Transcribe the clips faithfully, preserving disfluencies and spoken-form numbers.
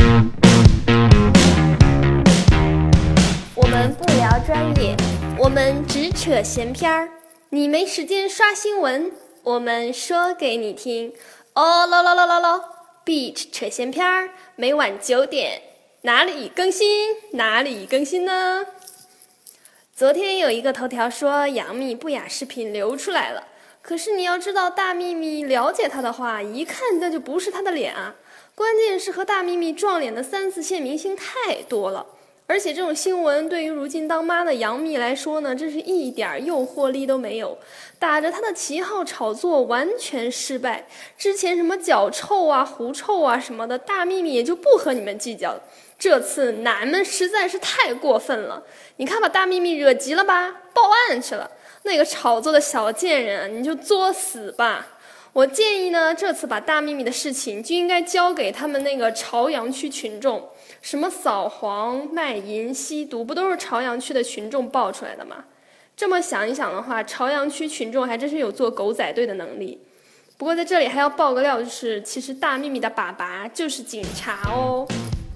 我们不聊专业，我们只扯闲篇儿。你没时间刷新闻，我们说给你听。哦喽喽喽喽喽 ，Beach 扯闲篇儿，每晚九点哪里更新哪里更新呢？昨天有一个头条说杨幂不雅视频流出来了，可是你要知道大幂幂了解她的话，一看那就不是她的脸啊。关键是和大幂幂撞脸的三四线明星太多了，而且这种新闻对于如今当妈的杨幂来说呢，真是一点诱惑力都没有，打着她的旗号炒作完全失败。之前什么脚臭啊狐臭啊什么的，大幂幂也就不和你们计较了，这次男们实在是太过分了。你看把大幂幂惹急了吧，报案去了，那个炒作的小贱人你就作死吧。我建议呢，这次把大幂幂的事情就应该交给他们那个朝阳区群众，什么扫黄卖淫吸毒不都是朝阳区的群众爆出来的吗？这么想一想的话，朝阳区群众还真是有做狗仔队的能力。不过在这里还要爆个料，就是其实大幂幂的爸爸就是警察哦。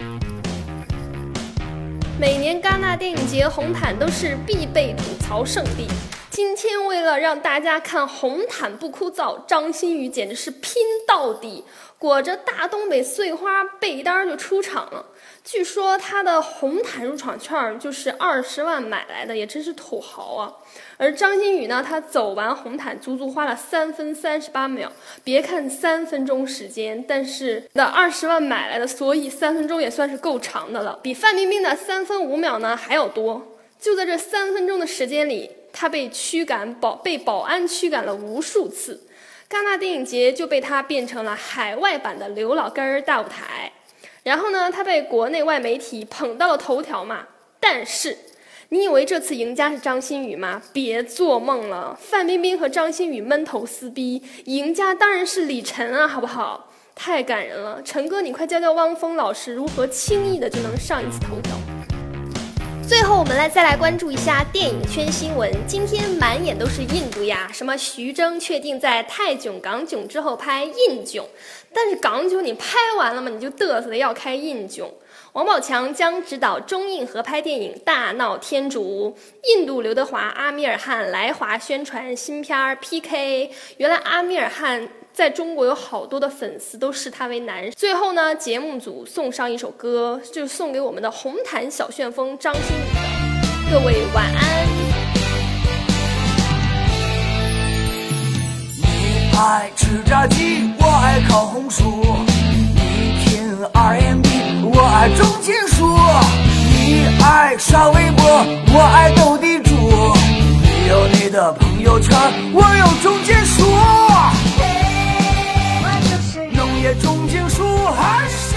每年戛纳电影节红毯都是必备吐槽圣地，今天为了让大家看红毯不枯燥，张馨予简直是拼到底，裹着大东北碎花被单就出场了。据说他的红毯入场券就是二十万买来的，也真是土豪啊。而张馨予呢，他走完红毯足足花了三分三十八秒，别看三分钟时间，但是的二十万买来的，所以三分钟也算是够长的了，比范冰冰的三分五秒呢还要多。就在这三分钟的时间里，他被驱赶保被保安驱赶了无数次，戛纳电影节就被他变成了海外版的刘老根大舞台。然后呢，他被国内外媒体捧到了头条嘛。但是你以为这次赢家是张馨予吗？别做梦了，范冰冰和张馨予闷头撕逼，赢家当然是李晨啊，好不好？太感人了，陈哥你快教教汪峰老师如何轻易的就能上一次头条。最后我们来再来关注一下电影圈新闻。今天满眼都是印度呀，什么徐峥确定在泰囧港囧之后拍印囧，但是港囧你拍完了吗？你就嘚瑟的要开印囧。王宝强将执导中印合拍电影《大闹天竺》，印度刘德华、阿米尔汗来华宣传新片 P K。 原来阿米尔汗在中国有好多的粉丝都视他为男神。最后呢，节目组送上一首歌，就送给我们的红毯小旋风张馨予的。各位晚安。 你爱吃炸鸡，我爱烤红薯，你听 R and B， 我爱重金属，你爱刷微博，我爱斗地主，你有你的朋友圈，我有重金属，农业重金属还是